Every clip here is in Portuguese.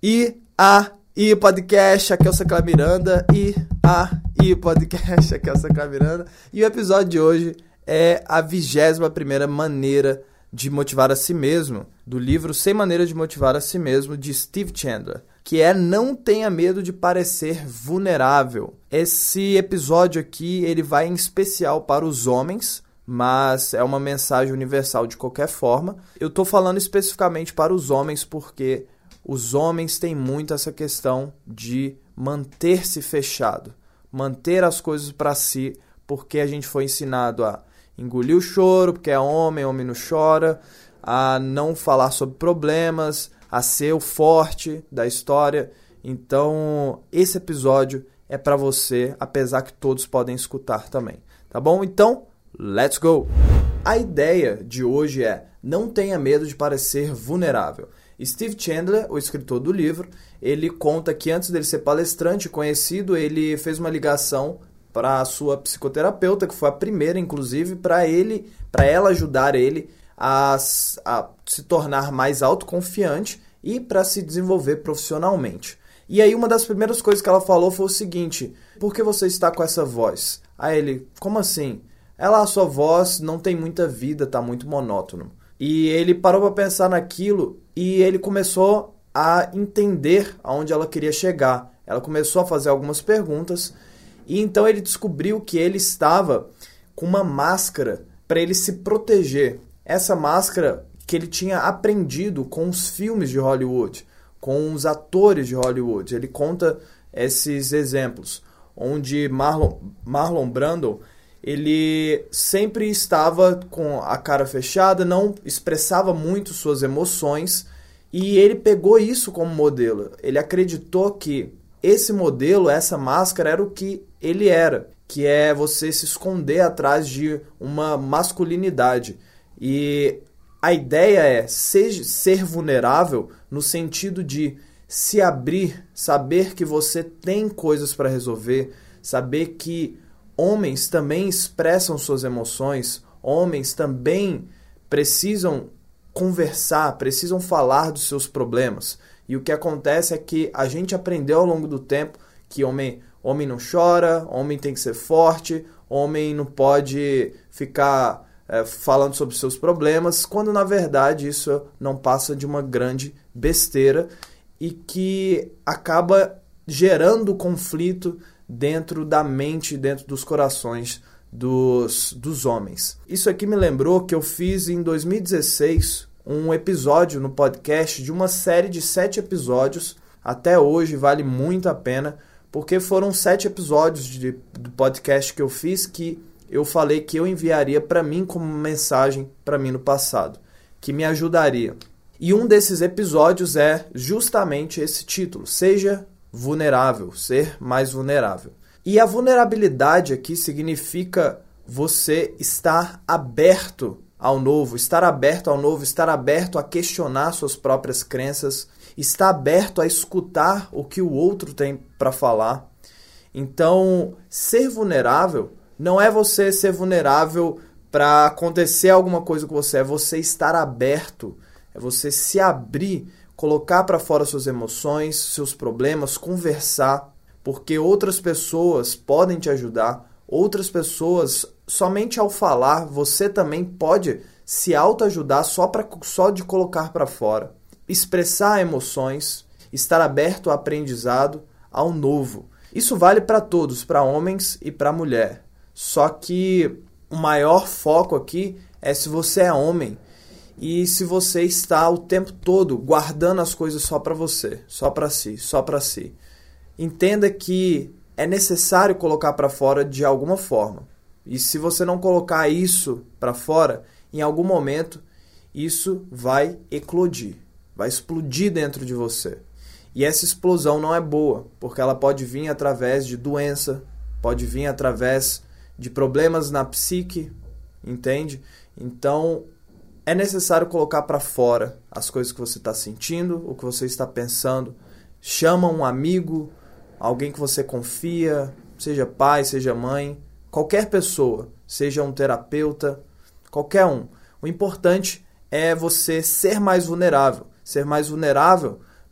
E podcast, aqui é o Sancler Miranda. E podcast, aqui é o Sancler Miranda. E o episódio de hoje é a 21ª maneira de motivar a si mesmo, do livro 100 Maneiras de Motivar a Si Mesmo, de Steve Chandler, que é Não Tenha Medo de Parecer Vulnerável. Esse episódio aqui, ele vai em especial para os homens, mas é uma mensagem universal de qualquer forma. Eu estou falando especificamente para os homens porque os homens têm muito essa questão de manter-se fechado, manter as coisas para si, porque a gente foi ensinado a engolir o choro, porque é homem não chora, a não falar sobre problemas, a ser o forte da história. Então, esse episódio é para você, apesar que todos podem escutar também, tá bom? Então, let's go! A ideia de hoje é: não tenha medo de parecer vulnerável. Steve Chandler, o escritor do livro, ele conta que antes dele ser palestrante conhecido, ele fez uma ligação para a sua psicoterapeuta, que foi a primeira, inclusive, para ela ajudar ele a se tornar mais autoconfiante e para se desenvolver profissionalmente. E aí uma das primeiras coisas que ela falou foi o seguinte: por que você está com essa voz? Aí ele: como assim? A sua voz não tem muita vida, está muito monótono. E ele parou para pensar naquilo e ele começou a entender aonde ela queria chegar. Ela começou a fazer algumas perguntas e então ele descobriu que ele estava com uma máscara para ele se proteger. Essa máscara que ele tinha aprendido com os filmes de Hollywood, com os atores de Hollywood. Ele conta esses exemplos, onde Marlon Brando, ele sempre estava com a cara fechada, não expressava muito suas emoções, e ele pegou isso como modelo. Ele acreditou que esse modelo, essa máscara, era o que ele era, que é você se esconder atrás de uma masculinidade. E a ideia é ser vulnerável no sentido de se abrir, saber que você tem coisas para resolver, saber que homens também expressam suas emoções, homens também precisam conversar, precisam falar dos seus problemas. E o que acontece é que a gente aprendeu ao longo do tempo que homem não chora, homem tem que ser forte, homem não pode ficar falando sobre seus problemas, quando na verdade isso não passa de uma grande besteira e que acaba gerando conflito dentro da mente, dentro dos corações dos homens. Isso aqui me lembrou que eu fiz em 2016 um episódio no podcast de uma série de 7 episódios. Até hoje vale muito a pena, porque foram 7 episódios do podcast que eu fiz que eu falei que eu enviaria para mim como mensagem para mim no passado, que me ajudaria. E um desses episódios é justamente esse título: Seja vulnerável, ser mais vulnerável. E a vulnerabilidade aqui significa você estar aberto ao novo, estar aberto a questionar suas próprias crenças, estar aberto a escutar o que o outro tem para falar. Então, ser vulnerável não é você ser vulnerável para acontecer alguma coisa com você, é você estar aberto, é você se abrir, colocar para fora suas emoções, seus problemas, conversar, porque outras pessoas podem te ajudar, outras pessoas, somente ao falar, você também pode se autoajudar só de colocar para fora. Expressar emoções, estar aberto ao aprendizado, ao novo. Isso vale para todos, para homens e para mulher. Só que o maior foco aqui é se você é homem e se você está o tempo todo guardando as coisas só para você, só para si. Entenda que é necessário colocar para fora de alguma forma. E se você não colocar isso para fora, em algum momento isso vai eclodir, vai explodir dentro de você. E essa explosão não é boa, porque ela pode vir através de doença, pode vir através de problemas na psique, entende? Então, é necessário colocar para fora as coisas que você está sentindo, o que você está pensando. Chama um amigo, alguém que você confia, seja pai, seja mãe, qualquer pessoa, seja um terapeuta, qualquer um. O importante é você ser mais vulnerável. Ser mais vulnerável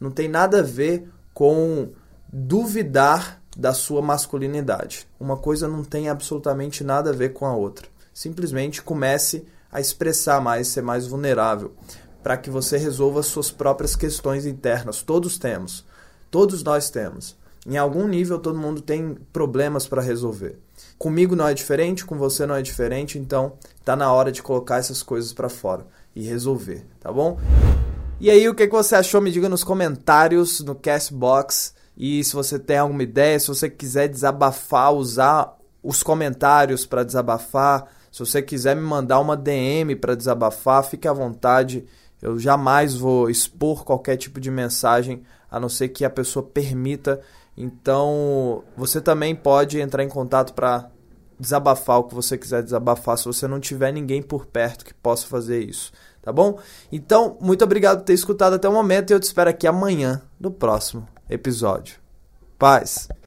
não tem nada a ver com duvidar da sua masculinidade. Uma coisa não tem absolutamente nada a ver com a outra. Simplesmente comece a expressar mais, ser mais vulnerável, para que você resolva suas próprias questões internas. Todos temos. Todos nós temos. Em algum nível, todo mundo tem problemas para resolver. Comigo não é diferente, com você não é diferente, então tá na hora de colocar essas coisas para fora e resolver, tá bom? E aí, o que você achou? Me diga nos comentários, no Castbox. E se você tem alguma ideia, se você quiser desabafar, usar os comentários para desabafar, se você quiser me mandar uma DM para desabafar, fique à vontade. Eu jamais vou expor qualquer tipo de mensagem, a não ser que a pessoa permita. Então, você também pode entrar em contato para desabafar o que você quiser desabafar, se você não tiver ninguém por perto que possa fazer isso, tá bom? Então, muito obrigado por ter escutado até o momento e eu te espero aqui amanhã no próximo episódio. Paz!